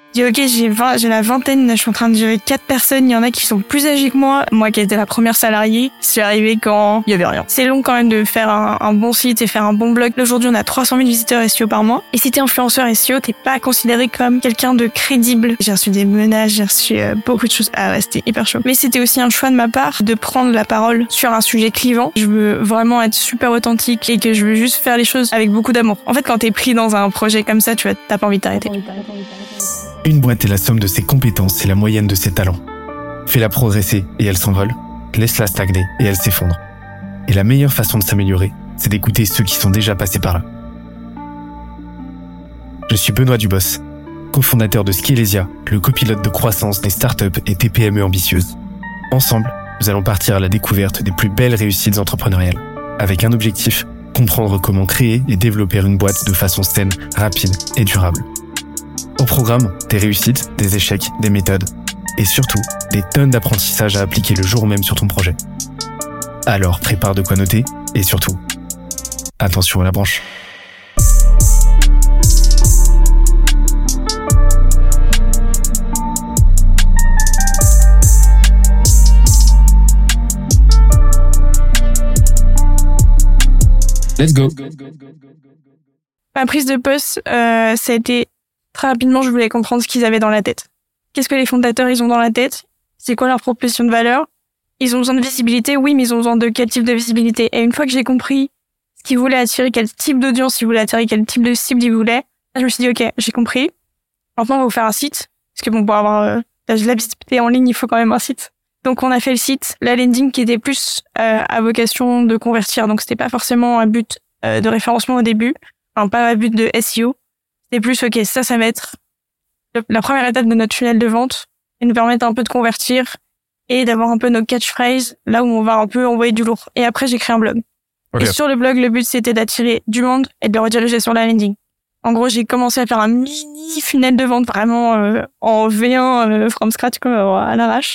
J'ai dit, ok, j'ai la vingtaine, je suis en train de gérer 4 personnes, il y en a qui sont plus âgés que moi. Moi qui étais la première salariée, je suis arrivée quand il y avait rien. C'est long quand même de faire un bon site et faire un bon blog. Aujourd'hui, on a 300 000 visiteurs SEO par mois. Et si t'es influenceur SEO, t'es pas considéré comme quelqu'un de crédible. J'ai reçu des menaces, j'ai reçu beaucoup de choses. Ah ouais, c'était hyper chaud. Mais c'était aussi un choix de ma part de prendre la parole sur un sujet clivant. Je veux vraiment être super authentique et que je veux juste faire les choses avec beaucoup d'amour. En fait, quand t'es pris dans un projet comme ça, t'as pas envie de t'arrêter. Une boîte est la somme de ses compétences et la moyenne de ses talents. Fais-la progresser et elle s'envole. Laisse-la stagner et elle s'effondre. Et la meilleure façon de s'améliorer, c'est d'écouter ceux qui sont déjà passés par là. Je suis Benoît Dubos, cofondateur de Skillesia, le copilote de croissance des startups et TPME ambitieuses. Ensemble, nous allons partir à la découverte des plus belles réussites entrepreneuriales. Avec un objectif, comprendre comment créer et développer une boîte de façon saine, rapide et durable. Au programme, des réussites, des échecs, des méthodes et surtout, des tonnes d'apprentissages à appliquer le jour même sur ton projet. Alors, prépare de quoi noter et surtout, attention à la branche. Let's go. Ma prise de poste, ça a été très rapidement, je voulais comprendre ce qu'ils avaient dans la tête. Qu'est-ce que les fondateurs, ils ont dans la tête? C'est quoi leur proposition de valeur? Ils ont besoin de visibilité, oui, mais ils ont besoin de quel type de visibilité? Et une fois que j'ai compris ce qu'ils voulaient attirer, quel type d'audience ils voulaient attirer, quel type de cible ils voulaient, là, je me suis dit, ok, j'ai compris. Maintenant, on va vous faire un site. Parce que bon, pour avoir la visibilité en ligne, il faut quand même un site. Donc, on a fait le site, la landing qui était plus à vocation de convertir. Donc, c'était pas forcément un but de référencement au début. Enfin, pas un but de SEO. C'était plus, ok, ça va être la première étape de notre tunnel de vente et nous permettre un peu de convertir et d'avoir un peu nos catchphrases là où on va un peu envoyer du lourd. Et après, j'ai créé un blog. Okay. Et sur le blog, le but, c'était d'attirer du monde et de le rediriger sur la landing. En gros, j'ai commencé à faire un mini funnel de vente vraiment en V1 from scratch, comme à l'arrache.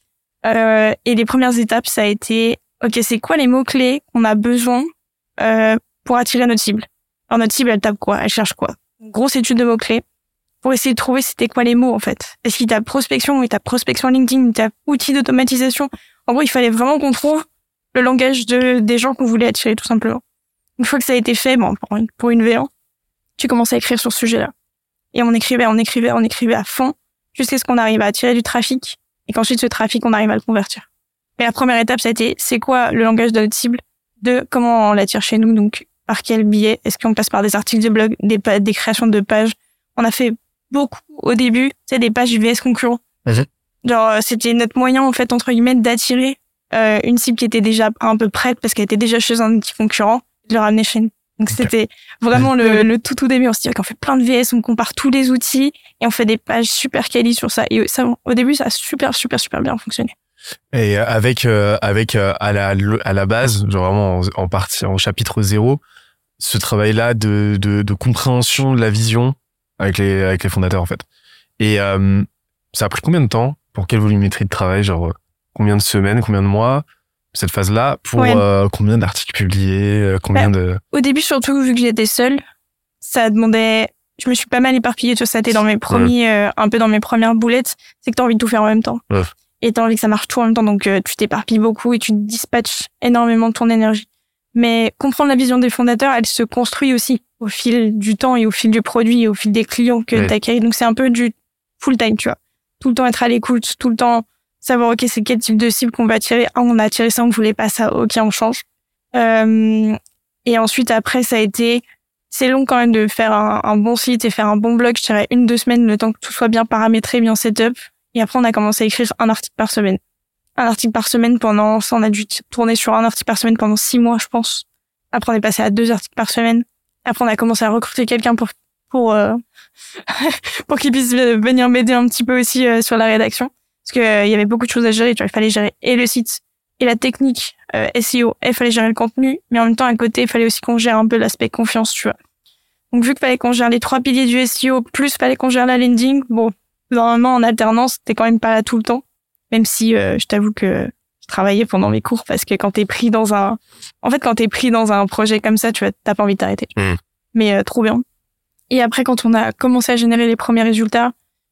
Et les premières étapes, ça a été, ok, c'est quoi les mots-clés qu'on a besoin pour attirer notre cible? Alors, notre cible, elle tape quoi? Elle cherche quoi? Une grosse étude de mots-clés pour essayer de trouver c'était quoi les mots, en fait. Est-ce qu'il tape prospection, il tape prospection LinkedIn, il tape outils d'automatisation? En gros, il fallait vraiment qu'on trouve le langage des gens qu'on voulait attirer, tout simplement. Une fois que ça a été fait, bon, pour une V1, tu commences à écrire sur ce sujet-là. Et on écrivait à fond, jusqu'à ce qu'on arrive à attirer du trafic, et qu'ensuite, ce trafic, on arrive à le convertir. Et la première étape, ça a été, c'est quoi le langage de notre cible? Comment on l'attire chez nous? Donc, par quel biais? Est-ce qu'on passe par des articles de blog, des créations de pages? On a fait beaucoup au début, des pages VS concurrents. Genre, c'était notre moyen, en fait, entre guillemets, d'attirer une cible qui était déjà un peu prête parce qu'elle était déjà chez un outil concurrent, de le ramener chez nous. Donc, c'était vraiment le tout début. On se dit qu'on fait plein de VS, on compare tous les outils et on fait des pages super quali sur ça. Et ça, au début, ça a super bien fonctionné. Et avec à la base, genre vraiment en partie en chapitre 0, ce travail-là de compréhension de la vision avec les fondateurs en fait. Et ça a pris combien de temps? Pour quelle volumétrie de travail? Genre combien de semaines, combien de mois? Cette phase-là pour combien d'articles publiés, Au début, surtout vu que j'étais seule, ça demandait. Je me suis pas mal éparpillée sur ça. T'es dans mes premiers, un peu dans mes premières boulettes. C'est que t'as envie de tout faire en même temps. Ouais. Et t'as envie que ça marche tout en même temps, donc tu t'éparpilles beaucoup et tu dispatches énormément de ton énergie. Mais comprendre la vision des fondateurs, elle se construit aussi au fil du temps et au fil du produit et au fil des clients que t'accueilles. Donc c'est un peu du full time, tu vois. Tout le temps être à l'écoute, tout le temps savoir, ok, c'est quel type de cible qu'on va attirer. Ah, on a attiré ça, on voulait pas ça, ok, on change. Et ensuite, après, ça a été, c'est long quand même de faire un bon site et faire un bon blog. Je dirais 1-2 semaines, le temps que tout soit bien paramétré, bien setup. Et après, on a commencé à écrire un article par semaine. Un article par semaine pendant, ça, on a dû tourner sur un article par semaine pendant 6 mois, je pense. Après, on est passé à 2 articles par semaine. Après, on a commencé à recruter quelqu'un pour qu'il puisse venir m'aider un petit peu aussi sur la rédaction. Parce que il y avait beaucoup de choses à gérer. Tu vois, il fallait gérer et le site, et la technique SEO, et il fallait gérer le contenu. Mais en même temps, à côté, il fallait aussi qu'on gère un peu l'aspect confiance, tu vois. Donc, vu qu'il fallait qu'on gère les 3 piliers du SEO, plus il fallait qu'on gère la landing, bon, normalement, en alternance, t'es quand même pas là tout le temps. Même si, je t'avoue que je travaillais pendant mes cours parce que quand t'es pris dans un projet comme ça, tu vois, t'as pas envie de t'arrêter. Mais trop bien. Et après, quand on a commencé à générer les premiers résultats,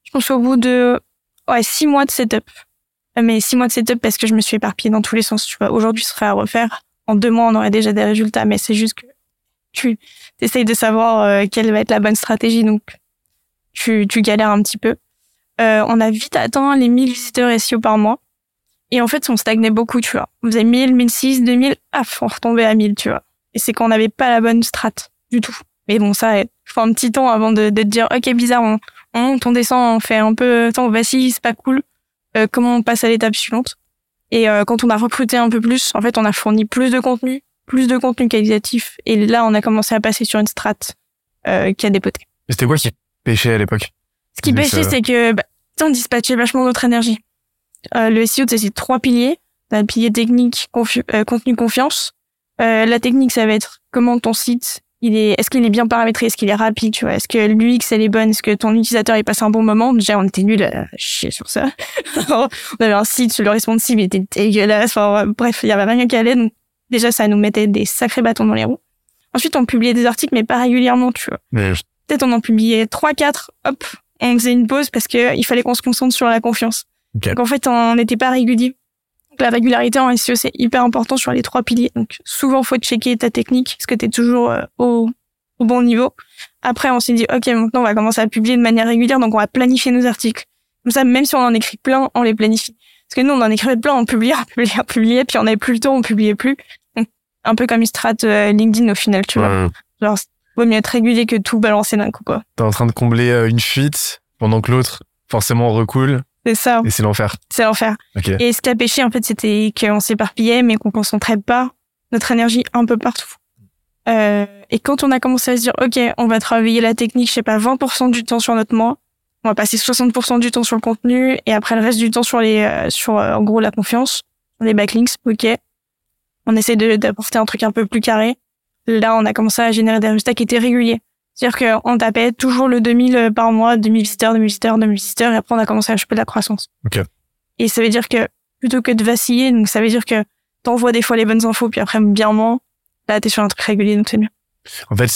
Je pense au bout de 6 mois de setup. Mais 6 mois de setup parce que je me suis éparpillée dans tous les sens. Tu vois, aujourd'hui, ce serait à refaire. En 2 mois, on aurait déjà des résultats, mais c'est juste que tu essayes de savoir quelle va être la bonne stratégie, donc tu galères un petit peu. On a vite atteint les 1000 visiteurs SEO par mois. Et en fait, on stagnait beaucoup, tu vois. On faisait 1000, 1006, 2000, on retombait à 1000, tu vois. Et c'est qu'on n'avait pas la bonne strat du tout. Mais bon, ça, il faut un petit temps avant de te dire, ok, bizarre, on monte, on descend, on fait un peu, on vacille, c'est pas cool. Comment on passe à l'étape suivante? Et quand on a recruté un peu plus, en fait, on a fourni plus de contenu qualitatif. Et là, on a commencé à passer sur une strat qui a dépoté. Et c'était quoi qui pêchait à l'époque? Ce qui pêchait, c'est que on dispatchait vachement notre énergie. Le SEO, c'est 3 piliers. T'as le pilier technique, contenu, confiance. La technique, ça va être comment ton site, est-ce qu'il est bien paramétré, est-ce qu'il est rapide, tu vois, est-ce que l'UX, elle est bonne, est-ce que ton utilisateur, il passe un bon moment. Déjà, on était nuls à chier sur ça. On avait un site, le responsive était dégueulasse. Enfin, bref, il y avait rien qui allait. Donc, déjà, ça nous mettait des sacrés bâtons dans les roues. Ensuite, on publiait des articles, mais pas régulièrement, tu vois. Mais... Peut-être on en publiait 3-4, hop, on faisait une pause parce que il fallait qu'on se concentre sur la confiance. Okay. Donc en fait, on n'était pas régulier. Donc, la régularité en SEO, c'est hyper important sur les 3 piliers. Donc souvent, faut checker ta technique, est-ce que t'es toujours au bon niveau. Après, on s'est dit, ok, maintenant on va commencer à publier de manière régulière, donc on va planifier nos articles. Comme ça, même si on en écrit plein, on les planifie. Parce que nous, on en écrivait plein, on publiait, puis on avait plus le temps, on publiait plus. Donc un peu comme une strat LinkedIn au final, tu vois. Genre, vaut mieux être régulier que tout balancer d'un coup, quoi. T'es en train de combler une fuite pendant que l'autre, forcément, recoule. C'est ça. Et c'est l'enfer. C'est l'enfer. Okay. Et ce qui a pêché, en fait, c'était qu'on s'éparpillait, mais qu'on concentrait pas notre énergie un peu partout. Et quand on a commencé à se dire, OK, on va travailler la technique, je sais pas, 20% du temps sur notre mois, on va passer 60% du temps sur le contenu, et après le reste du temps sur en gros, la confiance, les backlinks, OK. On essaie d'apporter un truc un peu plus carré. Là, on a commencé à générer des résultats qui étaient réguliers. C'est-à-dire qu'on tapait toujours le 2000 par mois, 2000 visiteurs, et après on a commencé à choper de la croissance. Okay. Et ça veut dire que, plutôt que de vaciller, donc ça veut dire que t'envoies des fois les bonnes infos, puis après bien moins, là t'es sur un truc régulier, donc c'est mieux. En fait,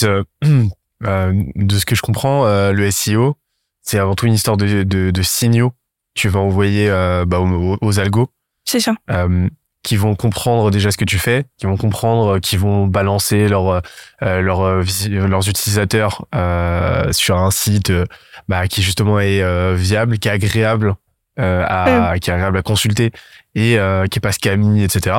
de ce que je comprends, le SEO, c'est avant tout une histoire de signaux que tu vas envoyer aux algos. C'est ça. Qui vont comprendre déjà ce que tu fais, qui vont balancer leurs utilisateurs sur un site qui justement est viable, qui est agréable qui est agréable à consulter et qui est pas scammy, etc.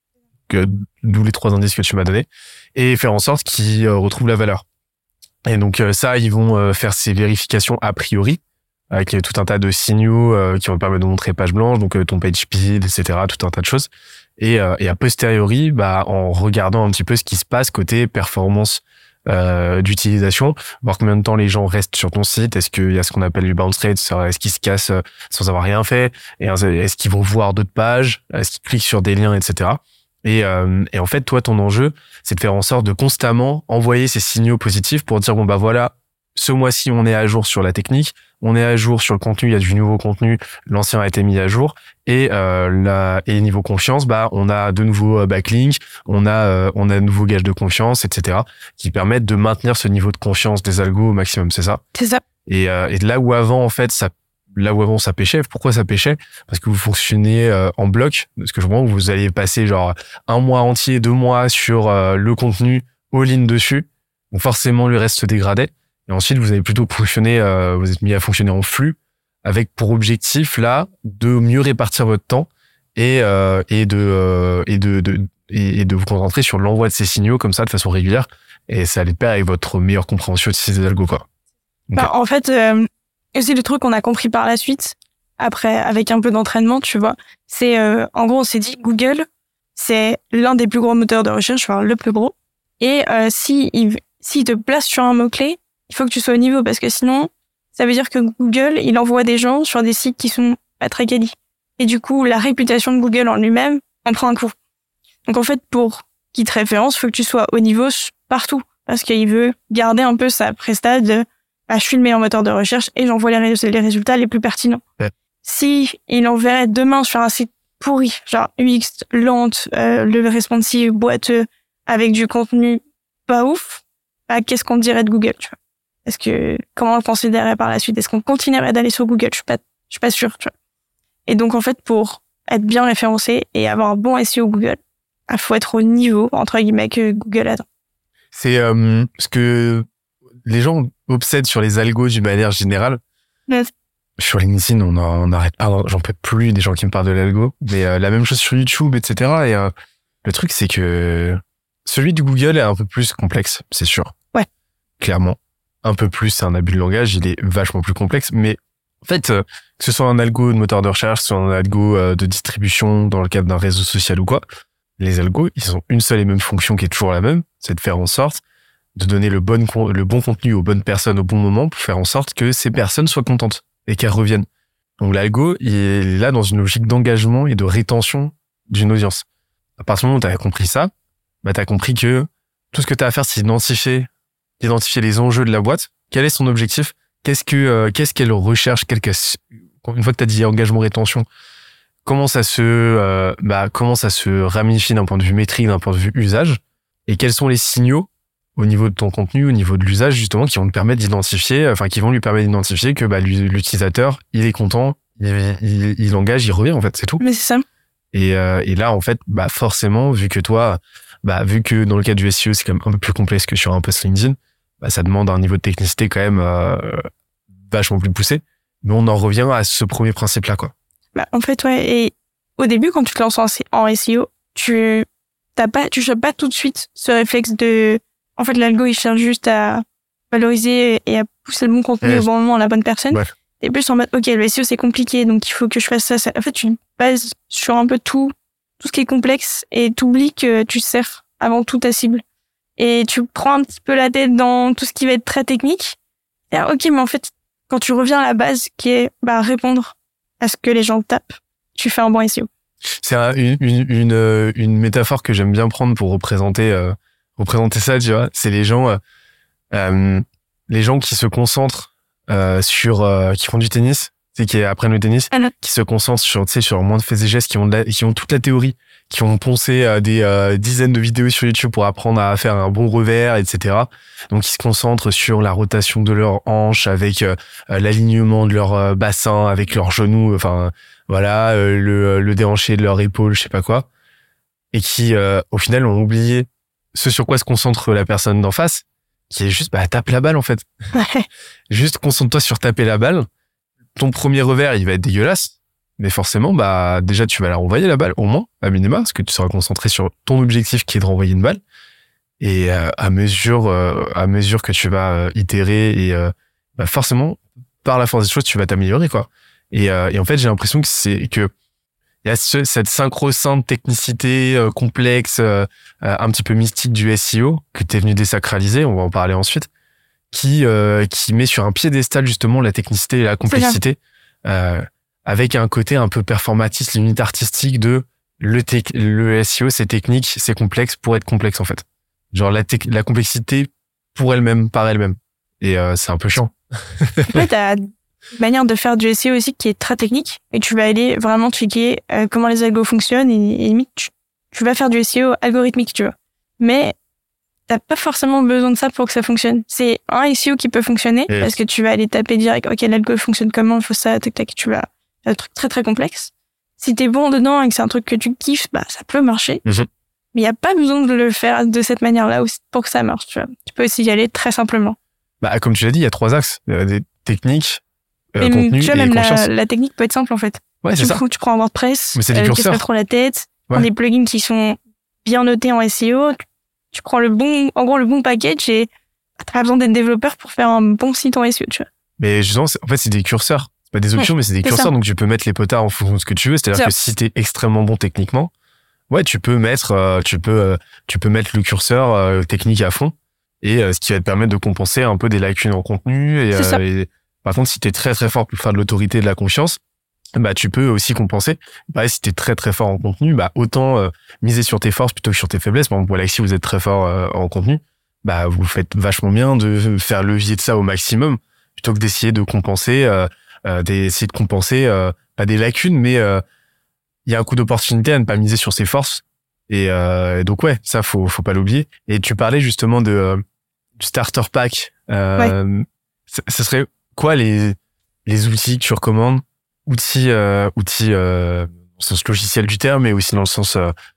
D'où les 3 indices que tu m'as donnés, et faire en sorte qu'ils retrouvent la valeur. Et donc ça, ils vont faire ces vérifications a priori avec tout un tas de signaux qui vont te permettre de montrer page blanche, donc ton page speed, etc., tout un tas de choses. Et a posteriori, en regardant un petit peu ce qui se passe côté performance d'utilisation, voir combien de temps les gens restent sur ton site, est-ce qu'il y a ce qu'on appelle du bounce rate, est-ce qu'ils se cassent sans avoir rien fait, et est-ce qu'ils vont voir d'autres pages, est-ce qu'ils cliquent sur des liens, etc. Et en fait, toi, ton enjeu, c'est de faire en sorte de constamment envoyer ces signaux positifs pour dire, voilà, ce mois-ci, on est à jour sur la technique, on est à jour sur le contenu, il y a du nouveau contenu, l'ancien a été mis à jour, et niveau confiance, on a de nouveaux backlinks, on a de nouveaux gages de confiance, etc., qui permettent de maintenir ce niveau de confiance des algos au maximum, c'est ça? C'est ça. Et là où avant ça pêchait, pourquoi ça pêchait? Parce que vous fonctionnez en bloc, parce que je comprends que vous allez passer genre 1 mois entier, 2 mois sur le contenu all-in dessus, donc forcément le reste se dégradait. Et ensuite, vous avez plutôt fonctionné, vous êtes mis à fonctionner en flux, avec pour objectif là de mieux répartir votre temps et de vous concentrer sur l'envoi de ces signaux comme ça de façon régulière. Et ça allait de pair avec votre meilleure compréhension de ces algos, quoi. Okay. En fait, c'est le truc qu'on a compris par la suite, après avec un peu d'entraînement, tu vois. C'est en gros, on s'est dit Google, c'est l'un des plus gros moteurs de recherche, enfin le plus gros. Et s'il te place sur un mot-clé, il faut que tu sois au niveau, parce que sinon, ça veut dire que Google, il envoie des gens sur des sites qui sont pas très quali. Et du coup, la réputation de Google en lui-même en prend un coup. Donc en fait, pour qu'il te référence, il faut que tu sois au niveau partout, parce qu'il veut garder un peu sa presta de je suis le meilleur moteur de recherche et j'envoie les résultats les plus pertinents. Ouais. Si il enverrait demain sur un site pourri, genre UX lente, le responsive boiteux, avec du contenu pas ouf, qu'est-ce qu'on dirait de Google, tu vois? Est-ce que, comment on le considérait par la suite? Est-ce qu'on continuerait d'aller sur Google? Je suis pas sûre, tu vois. Et donc, en fait, pour être bien référencé et avoir un bon SEO Google, il faut être au niveau, entre guillemets, que Google attend. C'est ce que les gens obsèdent sur les algos d'une manière générale. Ouais. Sur LinkedIn, on arrête pas, j'en peux plus des gens qui me parlent de l'algo, mais la même chose sur YouTube, etc. Et le truc, c'est que celui du Google est un peu plus complexe, c'est sûr. Ouais. Clairement. Un peu plus, c'est un abus de langage, il est vachement plus complexe, mais en fait, que ce soit un algo de moteur de recherche, que ce soit un algo de distribution dans le cadre d'un réseau social ou quoi, les algos, ils ont une seule et même fonction qui est toujours la même, c'est de faire en sorte de donner le bon contenu aux bonnes personnes au bon moment pour faire en sorte que ces personnes soient contentes et qu'elles reviennent. Donc l'algo, il est là dans une logique d'engagement et de rétention d'une audience. À partir du moment où tu as compris ça, bah tu as compris que tout ce que tu as à faire, c'est d'identifier les enjeux de la boîte, quel est son objectif, qu'est-ce qu'elle recherche, une fois que tu as dit engagement rétention, comment ça se ramifie d'un point de vue métrique, d'un point de vue usage, et quels sont les signaux au niveau de ton contenu, au niveau de l'usage, justement, qui vont lui permettre d'identifier que l'utilisateur, il est content, il engage, il revient, en fait, c'est tout. Mais c'est ça. Et là, en fait, forcément, vu que dans le cas du SEO, c'est quand même un peu plus complexe que sur un post LinkedIn, ça demande un niveau de technicité quand même vachement plus poussé. Mais on en revient à ce premier principe-là, quoi. En fait, ouais. Et au début, quand tu te lances en SEO, tu chopes pas tout de suite ce réflexe de... En fait, l'algo, il cherche juste à valoriser et à pousser le bon contenu au bon moment à la bonne personne. Ouais. Et plus en mode, ok, le SEO, c'est compliqué, donc il faut que je fasse ça. En fait, tu bases sur un peu tout ce qui est complexe et t'oublies que tu sers avant tout ta cible. Et tu prends un petit peu la tête dans tout ce qui va être très technique. Et alors, ok, mais en fait, quand tu reviens à la base qui est répondre à ce que les gens tapent, tu fais un bon SEO. C'est une métaphore que j'aime bien prendre pour représenter ça, tu vois. C'est les gens qui se concentrent qui font du tennis, qui apprennent le tennis, qui se concentrent sur moins de faits et gestes, qui ont toute la théorie, qui ont poncé des dizaines de vidéos sur YouTube pour apprendre à faire un bon revers, etc. Donc ils se concentrent sur la rotation de leurs hanches, avec l'alignement de leur bassin, avec leurs genoux, enfin voilà, le déhanché de leur épaule, je sais pas quoi, et qui au final ont oublié ce sur quoi se concentre la personne d'en face, qui est juste tape la balle en fait. Ouais. Juste concentre-toi sur taper la balle. Ton premier revers, il va être dégueulasse, mais forcément déjà tu vas la renvoyer la balle au moins à minima, parce que tu seras concentré sur ton objectif qui est de renvoyer une balle. Et à mesure que tu vas itérer et forcément par la force des choses tu vas t'améliorer, quoi. Et en fait j'ai l'impression que il y a cette synchro-sainte technicité complexe, un petit peu mystique du SEO que t'es venu désacraliser, on va en parler ensuite, qui met sur un piédestal justement la technicité et la complexité, avec un côté un peu performatiste, limite artistique de le SEO, c'est technique, c'est complexe pour être complexe en fait. Genre la complexité pour elle-même, par elle-même. Et c'est un peu chiant. Ouais, t'as une manière de faire du SEO aussi qui est très technique, et tu vas aller vraiment checker comment les algos fonctionnent, et limite tu vas faire du SEO algorithmique, tu vois. Mais t'as pas forcément besoin de ça pour que ça fonctionne. C'est un SEO qui peut fonctionner, parce que tu vas aller taper direct, ok, l'algo fonctionne comment, il faut ça, tac tac, tu vas faire un truc très très complexe. Si t'es bon dedans et que c'est un truc que tu kiffes, ça peut marcher. Mais il y a pas besoin de le faire de cette manière-là aussi pour que ça marche, tu vois. Tu peux aussi y aller très simplement. Comme tu l'as dit, il y a 3 axes. Des techniques, contenu, tu vois, et même conscience. La technique peut être simple, en fait. Ouais, c'est ça. Tu prends un WordPress, mais c'est des curseurs. pas trop la tête, prends des plugins qui sont bien notés en SEO, tu prends le bon package, et t'as pas besoin d'être développeur pour faire un bon site en SEO, tu vois. Mais justement, en fait, c'est des curseurs. C'est pas des options, mais c'est des curseurs, donc tu peux mettre les potards en fonction de ce que tu veux. C'est-à-dire que si t'es extrêmement bon techniquement, tu peux mettre le curseur technique à fond, et ce qui va te permettre de compenser un peu des lacunes en contenu. Et par contre, si t'es très très fort pour faire de l'autorité et de la confiance, tu peux aussi compenser. Pareil, si t'es très très fort en contenu, autant miser sur tes forces plutôt que sur tes faiblesses. Par exemple, voilà, si vous êtes très fort en contenu, vous faites vachement bien de faire levier de ça au maximum, plutôt que d'essayer de compenser, pas des lacunes, mais il y a un coup d'opportunité à ne pas miser sur ses forces. Et donc ça faut pas l'oublier. Et tu parlais justement du starter pack Ce serait quoi les outils que tu recommandes? Outils dans le sens logiciel du terme, mais aussi dans le sens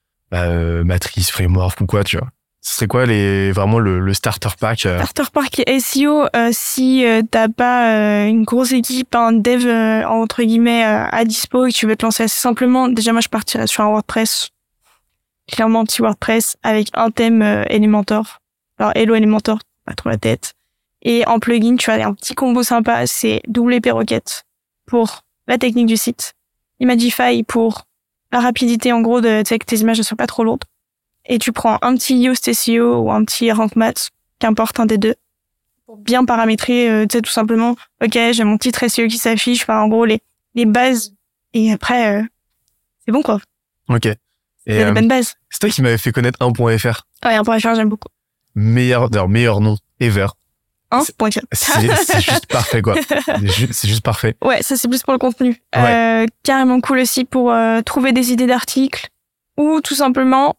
matrice, framework ou quoi, tu vois. Ce serait quoi vraiment le starter pack Starter pack SEO, si t'as pas une grosse équipe, un dev entre guillemets à dispo et que tu veux te lancer assez simplement, déjà moi je partirais sur un WordPress, clairement un petit WordPress avec un thème Elementor. Alors Hello Elementor, pas trop la tête. Et en plugin, tu as un petit combo sympa, c'est WP Rocket pour la technique du site, Imagify pour la rapidité en gros tu sais que tes images ne soient pas trop lourdes. Et tu prends un petit Yoast SEO ou un petit Rank Math, qu'importe un des deux, pour bien paramétrer, tu sais, tout simplement, ok, j'ai mon titre SEO qui s'affiche, enfin, en gros, les bases, et après, c'est bon, quoi. Ok. Et c'est des bonnes bases. C'est toi qui m'avais fait connaître 1.fr. Ouais, 1.fr, j'aime beaucoup. Meilleur nom ever. 1.fr. C'est juste parfait, quoi. C'est juste parfait. Ouais, ça, c'est plus pour le contenu. Ouais. Carrément cool aussi pour trouver des idées d'articles, ou tout simplement,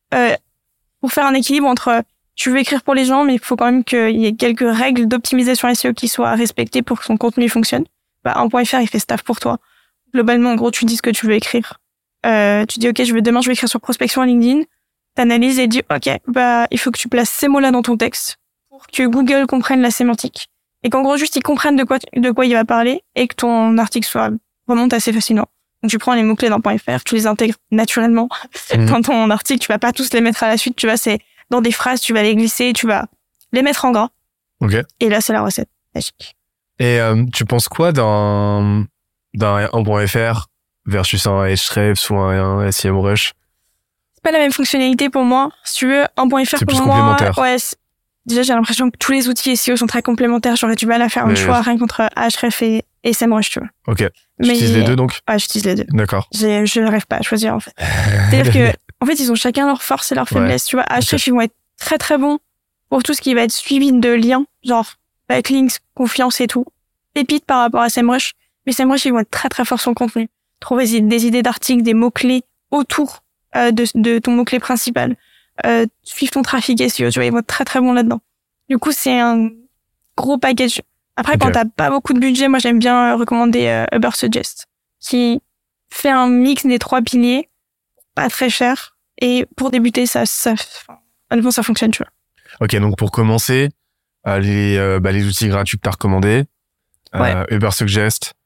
pour faire un équilibre entre tu veux écrire pour les gens, mais il faut quand même qu'il y ait quelques règles d'optimisation SEO qui soient respectées pour que son contenu fonctionne. 1.fr, il fait ce taf pour toi. Globalement, en gros, tu dis ce que tu veux écrire. Tu dis, OK, demain, je vais écrire sur prospection à LinkedIn. T'analyses et dis, OK, il faut que tu places ces mots-là dans ton texte pour que Google comprenne la sémantique. Et qu'en gros, juste, ils comprennent de quoi il va parler et que ton article remonte assez facilement. Donc, tu prends les mots-clés dans .fr, tu les intègres naturellement dans ton article. Tu vas pas tous les mettre à la suite. Tu vois, c'est dans des phrases, tu vas les glisser, tu vas les mettre en gras. Ok. Et là, c'est la recette magique. Et tu penses quoi d'un 1.fr versus un Ahrefs ou un SEMrush? C'est pas la même fonctionnalité pour moi. Si tu veux, 1.fr pour moi. C'est plus complémentaire. Ouais. Déjà, j'ai l'impression que tous les outils SEO sont très complémentaires. J'aurais du mal à faire un choix rien contre Ahrefs et SEMrush, tu vois. Ok. Tu utilises les deux, donc? Ouais, j'utilise les deux. D'accord. Je n'arrive pas à choisir, en fait. C'est-à-dire que, en fait, ils ont chacun leurs forces et leurs faiblesses, tu vois. Ahrefs, ils vont être très, très bons pour tout ce qui va être suivi de liens, genre backlinks, confiance et tout. Pépite par rapport à SEMrush. Mais SEMrush, ils vont être très, très forts sur le contenu. Trouver des idées d'articles, des mots-clés autour de ton mot-clé principal. Suivre ton trafic SEO, tu vois, ils vont être très, très bons là-dedans. Du coup, c'est un gros package. Après, quand t'as pas beaucoup de budget, moi, j'aime bien recommander Ubersuggest, qui fait un mix des 3 piliers, pas très cher. Et pour débuter, honnêtement, ça fonctionne, tu vois. Ok, donc pour commencer, les outils gratuits que t'as recommandés, Ubersuggest,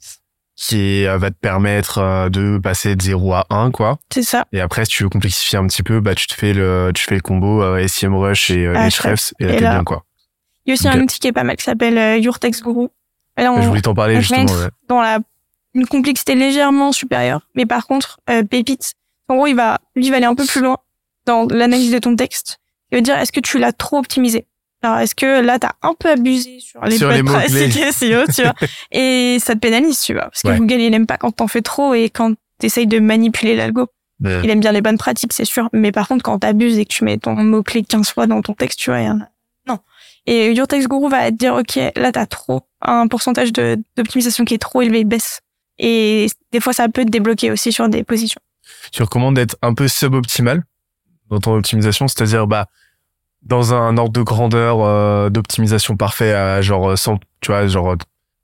qui va te permettre de passer de 0 à 1, quoi. C'est ça. Et après, si tu veux complexifier un petit peu, tu fais le combo SEMrush et Ahrefs, et là, t'es bien, quoi. Il y a aussi un outil qui est pas mal qui s'appelle Your Text Guru. Là, je voulais t'en parler, justement. Dans une complexité légèrement supérieure. Mais par contre, pépite. En gros, il va aller un peu plus loin dans l'analyse de ton texte. Il va dire, est-ce que tu l'as trop optimisé? Alors, est-ce que là, t'as un peu abusé sur les pratiques SEO, tu vois? Et ça te pénalise, tu vois. Parce que Google, il aime pas quand t'en fais trop et quand t'essayes de manipuler l'algo. Il aime bien les bonnes pratiques, c'est sûr. Mais par contre, quand t'abuses et que tu mets ton mot-clé 15 fois dans ton texte, tu vois, non. Et Your Text Guru va te dire, OK, là, t'as trop un pourcentage d'optimisation qui est trop élevé, baisse. Et des fois, ça peut te débloquer aussi sur des positions. Tu recommandes d'être un peu suboptimal dans ton optimisation, c'est-à-dire, dans un ordre de grandeur d'optimisation parfait à genre 100, tu vois, genre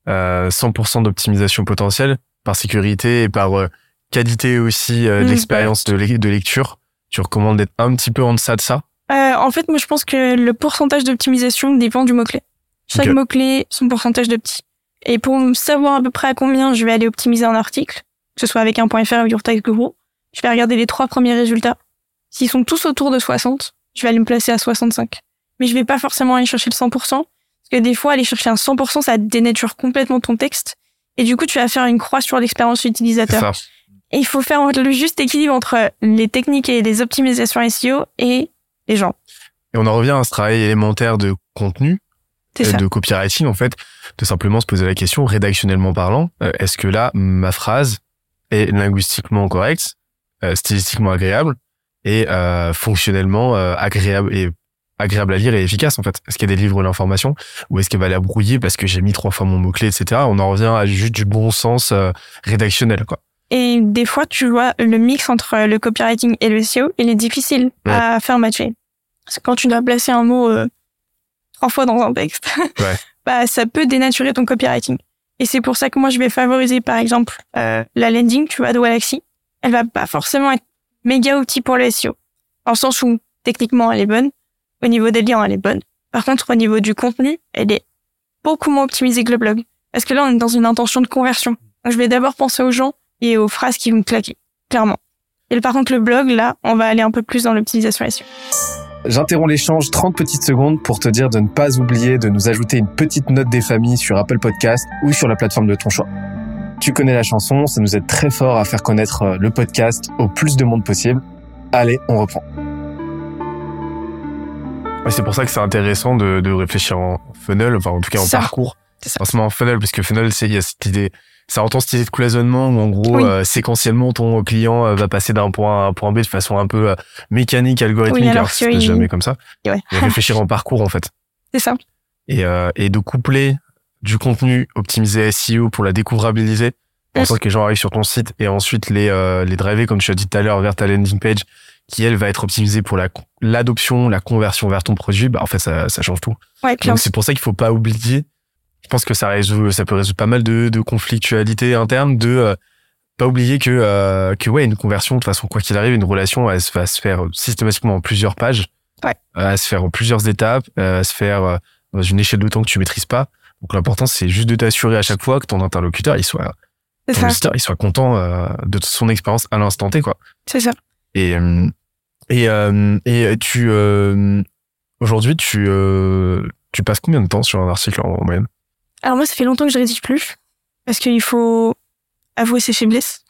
100% d'optimisation potentielle par sécurité et par qualité aussi de l'expérience de lecture. Tu recommandes d'être un petit peu en deçà de ça? En fait, moi, je pense que le pourcentage d'optimisation dépend du mot-clé. Chaque mot-clé, son pourcentage de petit. Et pour savoir à peu près à combien je vais aller optimiser un article, que ce soit avec 1.fr ou Your Text Guru, je vais regarder les 3 premiers résultats. S'ils sont tous autour de 60, je vais aller me placer à 65. Mais je vais pas forcément aller chercher le 100%, parce que des fois, aller chercher un 100%, ça dénature complètement ton texte. Et du coup, tu vas faire une croix sur l'expérience utilisateur. Et il faut faire le juste équilibre entre les techniques et les optimisations SEO et les gens. Et on en revient à ce travail élémentaire de contenu, de copywriting, en fait, de simplement se poser la question, rédactionnellement parlant, est-ce que là, ma phrase est linguistiquement correcte, stylistiquement agréable, et fonctionnellement agréable à lire et efficace, en fait. Est-ce qu'elle délivre l'information ou est-ce qu'elle va la brouiller parce que j'ai mis 3 fois mon mot-clé, etc. On en revient à juste du bon sens rédactionnel, quoi. Et des fois, tu vois, le mix entre le copywriting et le SEO, il est difficile à faire matcher. Parce que quand tu dois placer un mot 3 fois dans un texte, ça peut dénaturer ton copywriting. Et c'est pour ça que moi, je vais favoriser, par exemple, la landing, tu vois, de Wallaxy. Elle va pas forcément être méga outil pour le SEO. En sens où, techniquement, elle est bonne. Au niveau des liens, elle est bonne. Par contre, au niveau du contenu, elle est beaucoup moins optimisée que le blog. Parce que là, on est dans une intention de conversion. Donc, je vais d'abord penser aux gens et aux phrases qui vont me claquer. Clairement. Et par contre, le blog, là, on va aller un peu plus dans l'optimisation SEO. J'interromps l'échange 30 petites secondes pour te dire de ne pas oublier de nous ajouter une petite note des familles sur Apple Podcast ou sur la plateforme de ton choix. Tu connais la chanson, ça nous aide très fort à faire connaître le podcast au plus de monde possible. Allez, on reprend. Ouais, c'est pour ça que c'est intéressant de réfléchir en funnel, enfin en tout cas en parcours. C'est ça. Forcément en funnel, parce que funnel, il y a cette idée, ça entend cette idée de cloisonnement où en gros, séquentiellement, ton client va passer d'un point A à un point B de façon un peu mécanique, algorithmique, alors c'est jamais comme ça. Ouais. Et réfléchir en parcours, en fait. C'est ça. Et de coupler du contenu optimisé SEO pour la découvrabiliser, en sorte que les gens arrivent sur ton site et ensuite les driver, comme tu as dit tout à l'heure, vers ta landing page, qui elle va être optimisée pour l'adoption, la conversion vers ton produit. En fait, ça change tout. Ouais, clairement. Donc c'est pour ça qu'il faut pas oublier. Je pense que ça peut résoudre pas mal de conflictualité interne, de pas oublier que une conversion, de toute façon, quoi qu'il arrive, une relation, elle va se faire systématiquement en plusieurs pages. Ouais. À se faire en plusieurs étapes, à se faire dans une échelle de temps que tu maîtrises pas. Donc l'important, c'est juste de t'assurer à chaque fois que ton interlocuteur, il soit content de son expérience à l'instant T, quoi. C'est ça. Et tu aujourd'hui tu passes combien de temps sur un article en moyenne? Alors moi, ça fait longtemps que je rédige plus parce qu'il faut avouer ses faiblesses.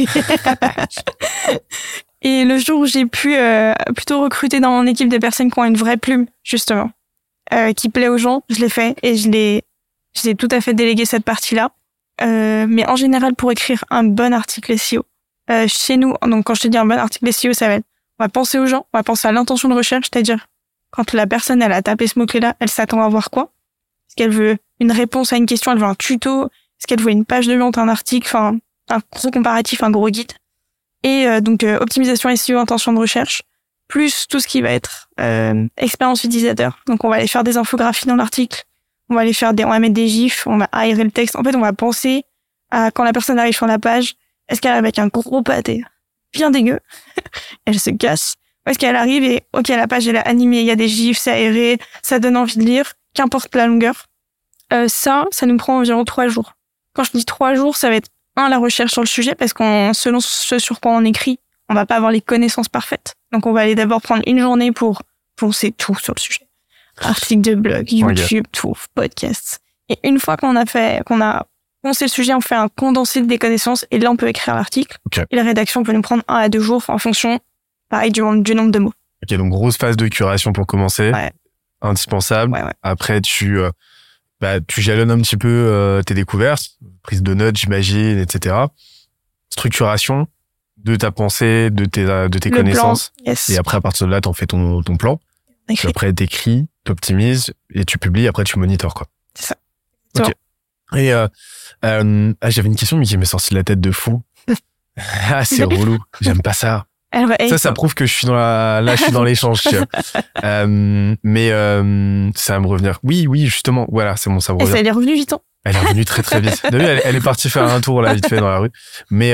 Et le jour où j'ai pu plutôt recruter dans mon équipe des personnes qui ont une vraie plume, justement, qui plaît aux gens, je l'ai fait et je l'ai tout à fait délégué cette partie-là. Mais en général, pour écrire un bon article SEO, chez nous, donc quand je te dis un bon article SEO, ça va être, on va penser aux gens, on va penser à l'intention de recherche, c'est-à-dire quand la personne elle a tapé ce mot-clé-là, elle s'attend à voir quoi? Est-ce qu'elle veut une réponse à une question, elle veut un tuto? Est-ce qu'elle veut une page de vente, un article, enfin un gros comparatif, un gros guide? Et donc optimisation SEO, intention de recherche, plus tout ce qui va être expérience utilisateur. Donc on va aller faire des infographies dans l'article, on va mettre des gifs, on va aérer le texte. En fait, on va penser à quand la personne arrive sur la page, est-ce qu'elle arrive avec un gros pâté bien dégueu, elle se casse, ou est-ce qu'elle arrive et ok, la page elle est animée, il y a des gifs, c'est aéré, ça donne envie de lire, qu'importe la longueur. Ça nous prend environ 3 jours. Quand je dis 3 jours, ça va être la recherche sur le sujet, parce selon ce sur quoi on écrit, on va pas avoir les connaissances parfaites. Donc on va aller d'abord prendre une journée pour poncer tout sur le sujet. Articles de blog, YouTube, tout, podcasts. Et une fois qu'on a poncé le sujet, on fait un condensé des connaissances et là on peut écrire l'article. Okay. Et la rédaction peut nous prendre 1 à 2 jours en fonction, pareil, du nombre de mots. Ok, donc grosse phase de curation pour commencer. Ouais. Indispensable. Ouais. Après, tu jalonnes un petit peu tes découvertes, prise de notes, j'imagine, etc. Structuration de ta pensée, de tes connaissances. Plan, yes. Et après, à partir de là, t'en fais ton plan. Puis après, t'écris, t'optimises et tu publies. Après, tu monitores, quoi. C'est ça. Ok. Et j'avais une question mais qui m'est sortie de la tête de fou. C'est relou. J'aime pas ça. Alors, Ça prouve que je suis dans l'échange. Tu vois. Mais ça va me revenir. Oui, justement. Voilà, c'est bon, ça me revient. Elle est revenue vite. Elle est revenue très très vite. Elle est partie faire un tour là vite fait dans la rue. Mais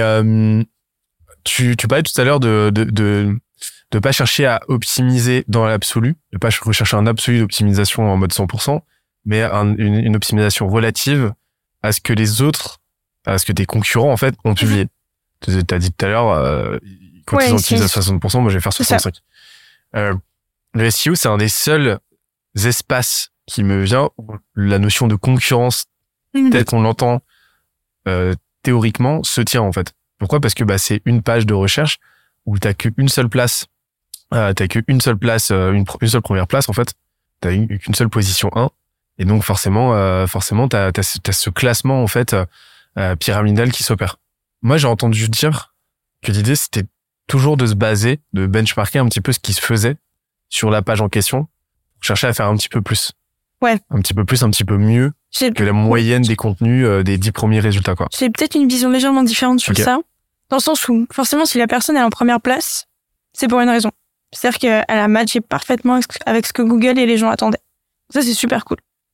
tu parlais tout à l'heure de pas chercher à optimiser dans l'absolu, de pas rechercher un absolu d'optimisation en mode 100%, mais une optimisation relative à ce que tes concurrents en fait ont publié. T'as dit tout à l'heure, quand ils ont optimisé à 60%, moi je vais faire 65%. Le SEO, c'est un des seuls espaces qui me vient où la notion de concurrence, telle qu'on l'entend théoriquement, se tient en fait. Pourquoi? Parce que c'est une page de recherche où t'as qu'une seule place, une seule première place en fait. T'as qu'une seule position 1. Et donc forcément, t'as ce classement en fait pyramidal qui s'opère. Moi, j'ai entendu dire que l'idée c'était toujours de se baser, de benchmarker un petit peu ce qui se faisait sur la page en question, pour chercher à faire un petit peu plus. Ouais. Un petit peu plus, un petit peu mieux que la moyenne des contenus des 10 premiers résultats, quoi. J'ai peut-être une vision légèrement différente sur ça, dans le sens où, forcément, si la personne est en première place, c'est pour une raison. C'est-à-dire qu'elle a matché parfaitement avec ce que Google et les gens attendaient. Ça, c'est super cool.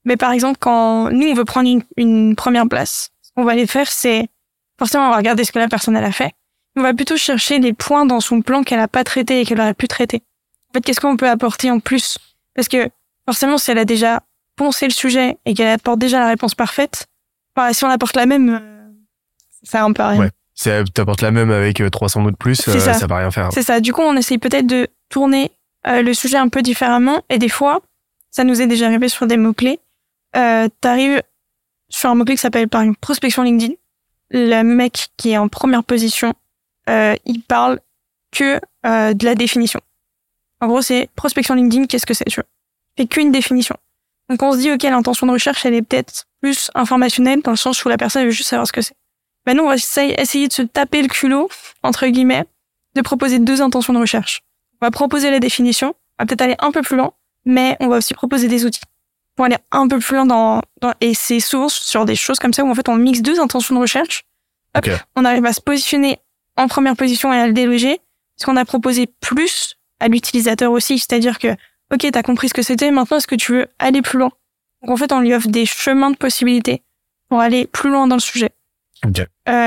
Mais par exemple, quand nous, on veut prendre une première place, ce qu'on va aller faire, c'est forcément, on va regarder ce que la personne elle a fait. On va plutôt chercher les points dans son plan qu'elle a pas traité et qu'elle aurait pu traiter. En fait, qu'est-ce qu'on peut apporter en plus? Parce que forcément, si elle a déjà poncé le sujet et qu'elle apporte déjà la réponse parfaite, enfin, si on apporte la même, ça sert un peu à rien. Ouais. Si t'apportes la même avec 300 mots de plus, ça va rien faire. C'est ça. Du coup, on essaye peut-être de tourner le sujet un peu différemment. Et des fois, ça nous est déjà arrivé sur des mots-clés. T'arrives sur un mot-clé qui s'appelle par exemple prospection LinkedIn. Le mec qui est en première position, il parle que de la définition. En gros, c'est prospection LinkedIn, qu'est-ce que c'est, tu vois? Il fait qu'une définition. Donc on se dit, ok, l'intention de recherche, elle est peut-être plus informationnelle dans le sens où la personne veut juste savoir ce que c'est. Ben nous, on va essayer de se taper le culot, entre guillemets, de proposer 2 intentions de recherche. On va proposer la définition, on va peut-être aller un peu plus loin, mais on va aussi proposer des outils pour aller un peu plus loin et c'est souvent sur des choses comme ça où en fait on mixe 2 intentions de recherche. Hop, Okay. On arrive à se positionner en première position et à le déloger, parce qu'on a proposé plus à l'utilisateur aussi, c'est-à-dire que, ok, t'as compris ce que c'était, maintenant est-ce que tu veux aller plus loin? Donc en fait, on lui offre des chemins de possibilités pour aller plus loin dans le sujet. Okay.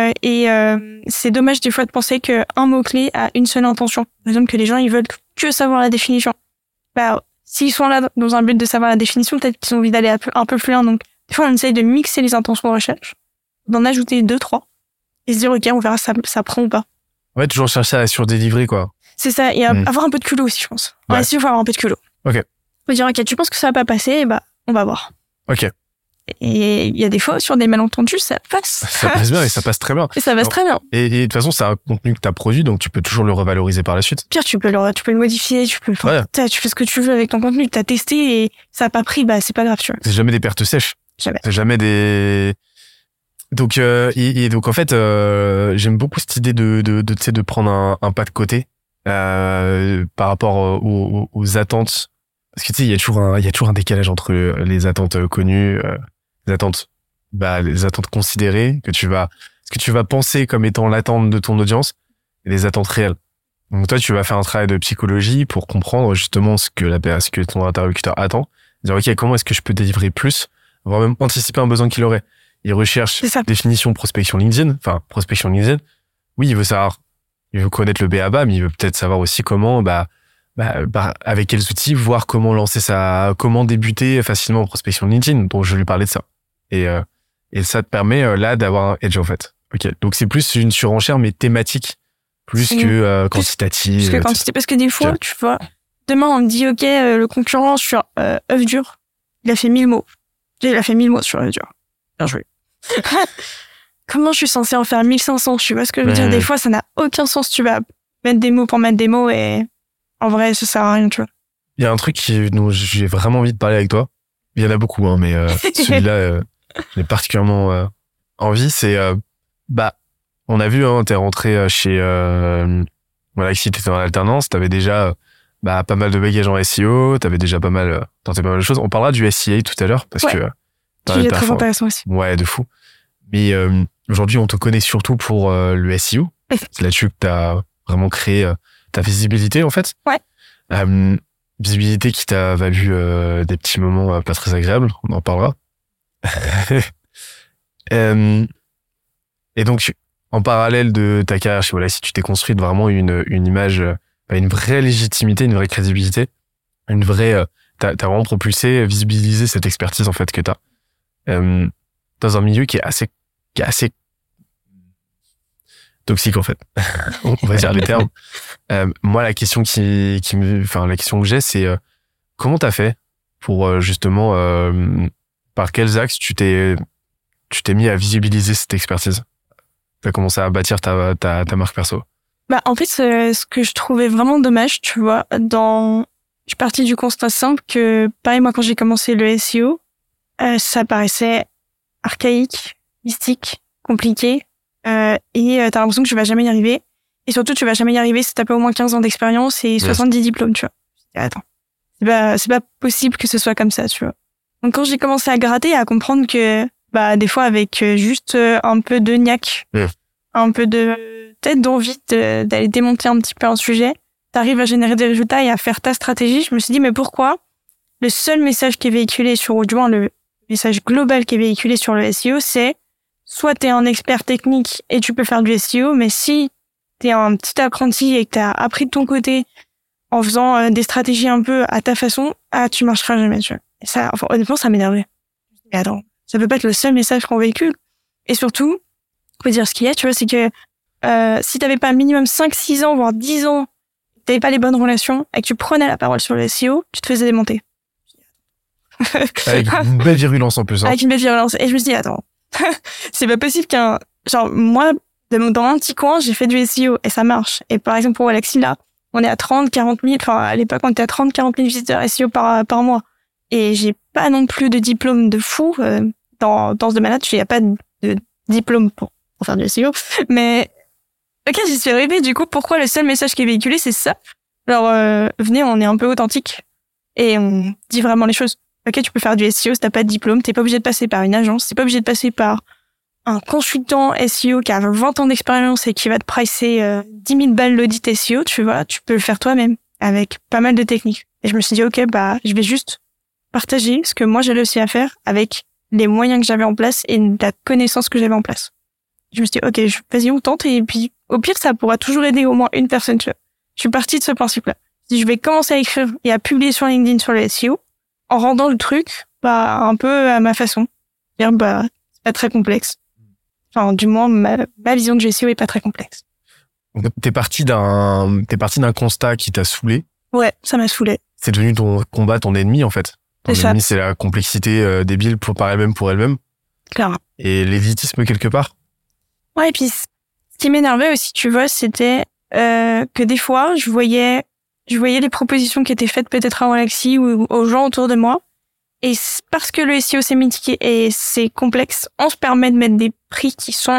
C'est dommage des fois de penser qu'un mot-clé a une seule intention. Par exemple, que les gens, ils veulent que savoir la définition. Bah, s'ils sont là dans un but de savoir la définition, peut-être qu'ils ont envie d'aller un peu plus loin. Donc, des fois, on essaye de mixer les intentions de recherche, d'en ajouter 2, 3, et se dire, ok, on verra si ça prend ou pas. Ouais, toujours chercher à surdélivrer, quoi. C'est ça, et avoir un peu de culot aussi, je pense. Ouais. Ouais, si, il faut avoir un peu de culot. Ok. Faut dire, ok, tu penses que ça va pas passer, et bah, on va voir. Ok. Et il y a des fois, sur des malentendus, ça passe. Ça passe bien et ça passe très bien. Et ça passe très bien. Et de toute façon, c'est un contenu que t'as produit, donc tu peux toujours le revaloriser par la suite. Pire, tu peux le modifier, tu fais ce que tu veux avec ton contenu, t'as testé et ça a pas pris, bah, c'est pas grave, tu vois. C'est jamais des pertes sèches. Jamais. C'est jamais des... Donc, donc en fait, j'aime beaucoup cette idée de prendre un pas de côté, par rapport aux attentes. Parce que tu sais, il y a toujours un décalage entre les attentes connues, les attentes considérées ce que tu vas penser comme étant l'attente de ton audience et les attentes réelles. Donc toi, tu vas faire un travail de psychologie pour comprendre justement ce que ton interlocuteur attend. Dire, ok, comment est-ce que je peux délivrer plus, voire même anticiper un besoin qu'il aurait. Il recherche définition prospection LinkedIn. Oui, il veut connaître le b.a.-ba, mais il veut peut-être savoir aussi comment, avec quels outils, voir comment comment débuter facilement en prospection LinkedIn. Donc, je vais lui parler de ça. Et ça te permet, là, d'avoir un edge, en fait. Ok. Donc, c'est plus une surenchère, mais thématique, plus que quantitative. Parce que des fois, tu vois, demain, on me dit, ok, le concurrent sur œuf dur, il a fait 1000 mots. Il a fait 1000 mots sur œuf dur. Bien joué. Comment je suis censée en faire 1500? Tu vois ce que je veux dire? Des fois, ça n'a aucun sens. Tu vas mettre des mots pour mettre des mots et en vrai, ça sert à rien, tu vois. Il y a un truc dont j'ai vraiment envie de parler avec toi. Il y en a beaucoup, hein, mais celui-là, j'ai particulièrement envie. C'est, on a vu, hein, t'es rentré chez Galaxy, t'étais en alternance, t'avais déjà pas mal de bagages en SEO, t'avais déjà tenté pas mal de choses. On parlera du SEA tout à l'heure parce que c'est très intéressant aussi. Ouais, de fou. Mais aujourd'hui, on te connaît surtout pour le SEO. C'est là-dessus que t'as vraiment créé ta visibilité, en fait. Ouais. Visibilité qui t'a valu des petits moments pas très agréables. On en parlera. Et donc, en parallèle de ta carrière chez Wallace, tu t'es construite vraiment une image, une vraie légitimité, une vraie crédibilité, une vraie... T'as vraiment propulsé, visibilisé cette expertise, en fait, que t'as. Dans un milieu qui est assez toxique, en fait. On va dire les termes. Moi, la question la question que j'ai, c'est comment t'as fait pour justement, par quels axes tu t'es mis à visibiliser cette expertise? T'as commencé à bâtir ta marque perso. En fait, ce que je trouvais vraiment dommage, tu vois, je suis partie du constat simple que, pareil, moi, quand j'ai commencé le SEO, ça paraissait archaïque, mystique, compliqué, et t'as l'impression que tu vas jamais y arriver. Et surtout, tu vas jamais y arriver si t'as pas au moins 15 ans d'expérience et 70 diplômes, tu vois. Attends. C'est pas possible que ce soit comme ça, tu vois. Donc, quand j'ai commencé à gratter et à comprendre que, des fois, avec juste un peu de niaque, un peu peut-être d'envie d'aller démonter un petit peu un sujet, t'arrives à générer des résultats et à faire ta stratégie. Je me suis dit, mais pourquoi le seul message qui est véhiculé sur, ou du moins message global qui est véhiculé sur le SEO, c'est soit t'es un expert technique et tu peux faire du SEO, mais si t'es un petit apprenti et que t'as appris de ton côté en faisant des stratégies un peu à ta façon, tu marcheras jamais, tu vois. Et ça, enfin, honnêtement, ça m'énervait. Mais attends, ça peut pas être le seul message qu'on véhicule. Et surtout, faut dire ce qu'il y a, tu vois, c'est que si t'avais pas minimum 5-6 ans, voire 10 ans, t'avais pas les bonnes relations et que tu prenais la parole sur le SEO, tu te faisais démonter. Avec une belle virulence en plus. Hein. Avec une belle virulence. Et je me suis dit, attends, c'est pas possible genre, moi, dans un petit coin, j'ai fait du SEO et ça marche. Et par exemple, pour Alexis, là, on est à 30-40 000, enfin, à l'époque, on était à 30-40 000 visiteurs SEO par mois. Et j'ai pas non plus de diplôme de fou, dans ce domaine-là. Il y a pas de diplôme pour faire du SEO. Mais, ok, j'y suis arrivée. Du coup, pourquoi le seul message qui est véhiculé, c'est ça? Alors, venez, on est un peu authentique. Et on dit vraiment les choses. Ok, tu peux faire du SEO si t'as pas de diplôme. T'es pas obligé de passer par une agence. T'es pas obligé de passer par un consultant SEO qui a 20 ans d'expérience et qui va te pricer 10 000 balles l'audit SEO, tu vois. Tu peux le faire toi-même avec pas mal de techniques. Et je me suis dit, ok, je vais juste partager ce que moi j'ai réussi à faire avec les moyens que j'avais en place et la connaissance que j'avais en place. Je me suis dit, ok, vas-y, on tente et puis au pire, ça pourra toujours aider au moins une personne, tu vois. Je suis partie de ce principe-là. Si je vais commencer à écrire et à publier sur LinkedIn sur le SEO, en rendant le truc, un peu à ma façon. C'est pas très complexe. Enfin, du moins, ma vision du SEO est pas très complexe. T'es parti d'un constat qui t'a saoulé. Ouais, ça m'a saoulé. C'est devenu ton combat, ton ennemi, en fait. Ton ennemi, c'est la complexité débile par elle-même. Clairement. Et l'élitisme quelque part. Ouais, et puis, ce qui m'énervait aussi, tu vois, c'était, que des fois, je voyais les propositions qui étaient faites peut-être à Alexis ou aux gens autour de moi. Et parce que le SEO c'est mythique et c'est complexe, on se permet de mettre des prix qui sont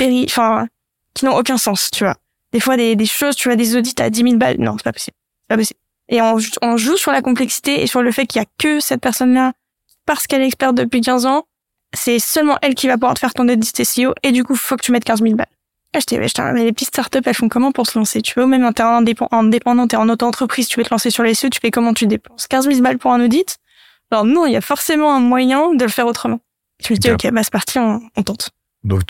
qui n'ont aucun sens, tu vois. Des fois, des choses, tu vois, des audits à 10 000 balles. Non, c'est pas possible. C'est pas possible. Et on joue sur la complexité et sur le fait qu'il y a que cette personne-là, parce qu'elle est experte depuis 15 ans, c'est seulement elle qui va pouvoir te faire ton audit SEO et du coup, faut que tu mettes 15 000 balles. Mais les petites startups, elles font comment pour se lancer? Tu vois, même en t'es indépendant, t'es en auto-entreprise, tu veux te lancer sur les SEO, tu fais comment? Tu dépenses 15 000 balles pour un audit? Alors non, il y a forcément un moyen de le faire autrement. Je me dis, ok, c'est parti, on tente. Donc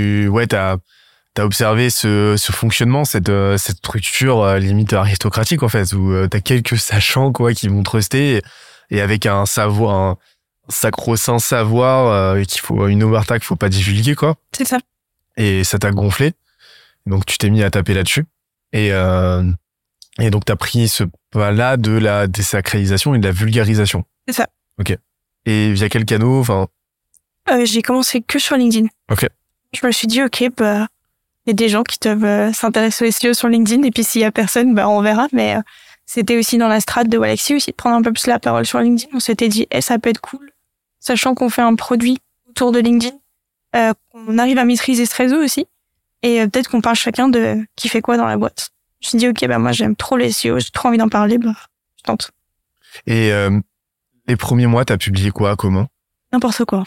t'as observé ce fonctionnement, cette structure limite aristocratique en fait, où t'as quelques sachants quoi qui vont truster et avec un savoir, un sacro-saint savoir une omerta qu'il faut pas divulguer quoi. C'est ça. Et ça t'a gonflé, donc tu t'es mis à taper là-dessus et donc t'as pris ce pas-là de la désacralisation et de la vulgarisation. C'est ça. Ok. Et via quel canal, enfin? J'ai commencé que sur LinkedIn. Ok. Je me suis dit, ok, il y a des gens qui doivent s'intéresser au SEO sur LinkedIn, et puis s'il y a personne, on verra. Mais c'était aussi dans la strate de Alexis aussi de prendre un peu plus la parole sur LinkedIn. On s'était dit, ça peut être cool, sachant qu'on fait un produit autour de LinkedIn, qu'on arrive à maîtriser ce réseau aussi, et peut-être qu'on parle chacun de qui fait quoi dans la boîte. Je me suis dit, ok, moi j'aime trop les SEO, j'ai trop envie d'en parler, je tente. Et les premiers mois, t'as publié quoi, comment? N'importe quoi.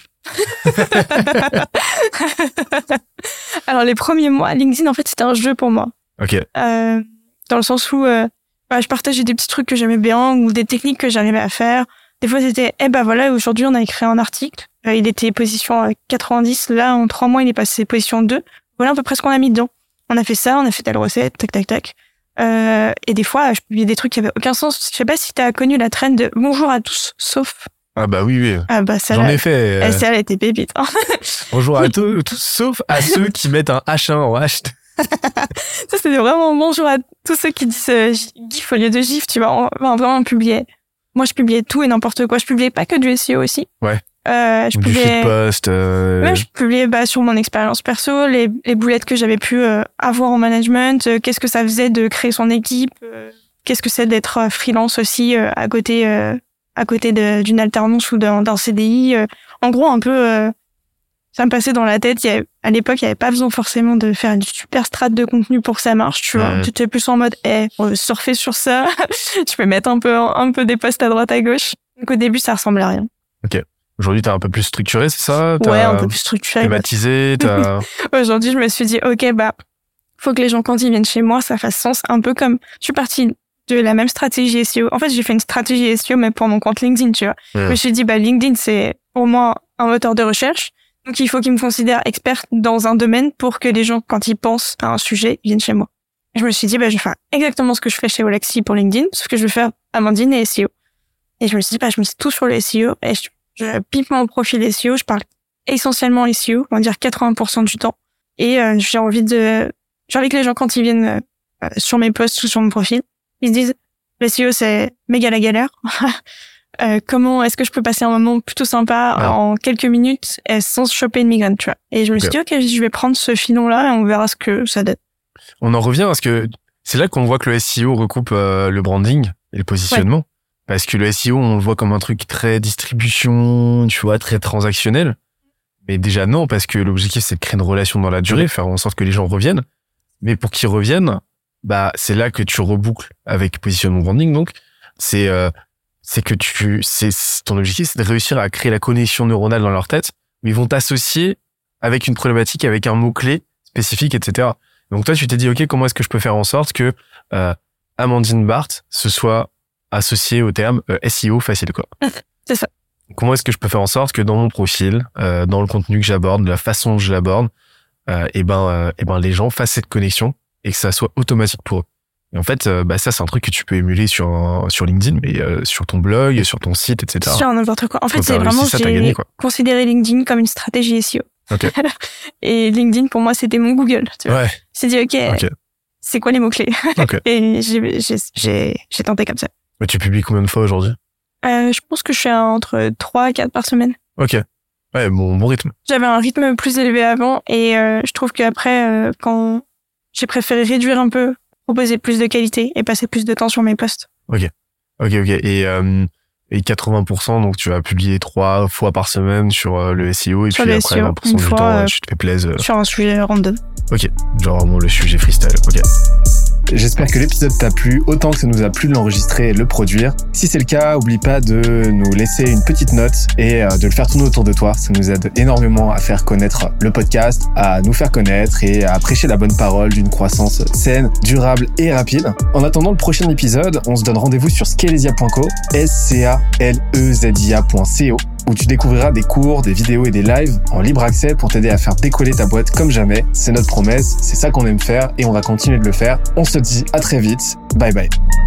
Alors, les premiers mois, LinkedIn, en fait, c'était un jeu pour moi. Ok. Dans le sens où je partageais des petits trucs que j'aimais bien ou des techniques que j'arrivais à faire. Des fois, c'était, voilà, aujourd'hui, on a écrit un article. Il était position 90. Là, en 3 mois, il est passé position 2. Voilà à peu près ce qu'on a mis dedans. On a fait ça, on a fait telle recette, tac, tac, tac. Et des fois, je publiais des trucs qui avaient aucun sens. Je sais pas si t'as connu la trend de bonjour à tous, sauf. Ah bah oui. Ah bah ça. J'en ai fait. Ça, elle était pépite. Hein. Bonjour à tous, sauf à ceux qui mettent un H1 en H. Ça, c'était vraiment bonjour à tous ceux qui disent GIF au lieu de GIF, tu vois. Vraiment, on publiait. Moi, je publiais tout et n'importe quoi. Je publiais pas que du SEO aussi. Ouais. Je publiais. Du shitpost. Ouais, je publiais sur mon expérience perso, les boulettes que j'avais pu avoir en management, qu'est-ce que ça faisait de créer son équipe, qu'est-ce que c'est d'être freelance aussi à côté d'une alternance ou d'un CDI. En gros, un peu, ça me passait dans la tête. À l'époque, il n'y avait pas besoin forcément de faire une super strate de contenu pour que ça marche, tu vois. Tu étais plus en mode, on veut surfer sur ça. Tu peux mettre un peu des posts à droite à gauche. Donc au début, ça ressemblait à rien. Ok. Aujourd'hui, t'es un peu plus structuré, c'est ça? Ouais, un peu plus structuré. Thématisé, Aujourd'hui, je me suis dit, ok, faut que les gens, quand ils viennent chez moi, ça fasse sens. Un peu comme, je suis partie de la même stratégie SEO. En fait, j'ai fait une stratégie SEO, mais pour mon compte LinkedIn, tu vois. Je me suis dit, LinkedIn, c'est pour moi un moteur de recherche. Donc, il faut qu'ils me considèrent experte dans un domaine pour que les gens, quand ils pensent à un sujet, viennent chez moi. Et je me suis dit, je vais faire exactement ce que je fais chez Olaxy pour LinkedIn, sauf que je vais faire Amandine et SEO. Et je me suis dit, je mise tout sur le SEO et je pipe mon profil SEO, je parle essentiellement SEO, on va dire 80% du temps. Et j'ai envie que les gens, quand ils viennent sur mes posts ou sur mon profil, ils se disent, le SEO, c'est méga la galère. Comment est-ce que je peux passer un moment plutôt sympa en quelques minutes sans se choper une migraine, tu vois. Et je me suis dit, ok, je vais prendre ce filon-là et on verra ce que ça donne. On en revient parce que c'est là qu'on voit que le SEO recoupe le branding et le positionnement. Ouais. Parce que le SEO, on le voit comme un truc très distribution, tu vois, très transactionnel. Mais déjà non, parce que l'objectif, c'est de créer une relation dans la durée, faire en sorte que les gens reviennent. Mais pour qu'ils reviennent, c'est là que tu reboucles avec positionnement branding. Donc, c'est que ton objectif, c'est de réussir à créer la connexion neuronale dans leur tête, où ils vont t'associer avec une problématique, avec un mot-clé spécifique, etc. Donc toi, tu t'es dit, OK, comment est-ce que je peux faire en sorte que Amandine Barthes se soit associée au terme SEO facile, quoi. C'est ça. Comment est-ce que je peux faire en sorte que dans mon profil, dans le contenu que j'aborde, de la façon dont je l'aborde, les gens fassent cette connexion et que ça soit automatique pour eux. Et en fait, ça, c'est un truc que tu peux émuler sur LinkedIn, mais sur ton blog, sur ton site, etc. Sur n'importe quoi. En fait, c'est vraiment, j'ai considéré LinkedIn comme une stratégie SEO. Okay. Et LinkedIn, pour moi, c'était mon Google. Tu vois. Ouais. J'ai dit, OK, c'est quoi les mots-clés? Okay. Et j'ai tenté comme ça. Mais tu publies combien de fois aujourd'hui? Je pense que je suis entre 3 à 4 par semaine. Ok. Ouais, bon rythme. J'avais un rythme plus élevé avant et je trouve qu'après, quand j'ai préféré réduire un peu, proposer plus de qualité et passer plus de temps sur mes posts. Ok. Et 80%, donc tu vas publier 3 fois par semaine sur le SEO et sur puis après SEO, 20% du temps, tu te fais plaisir. Sur un sujet random. Ok. Genre vraiment le sujet freestyle. Ok. J'espère que l'épisode t'a plu autant que ça nous a plu de l'enregistrer et de le produire. Si c'est le cas, oublie pas de nous laisser une petite note et de le faire tourner autour de toi. Ça nous aide énormément à faire connaître le podcast, à nous faire connaître et à prêcher la bonne parole d'une croissance saine, durable et rapide. En attendant le prochain épisode, on se donne rendez-vous sur scalezia.co, scalezia.co, où tu découvriras des cours, des vidéos et des lives en libre accès pour t'aider à faire décoller ta boîte comme jamais. C'est notre promesse, c'est ça qu'on aime faire et on va continuer de le faire. On se dit à très vite. Bye bye.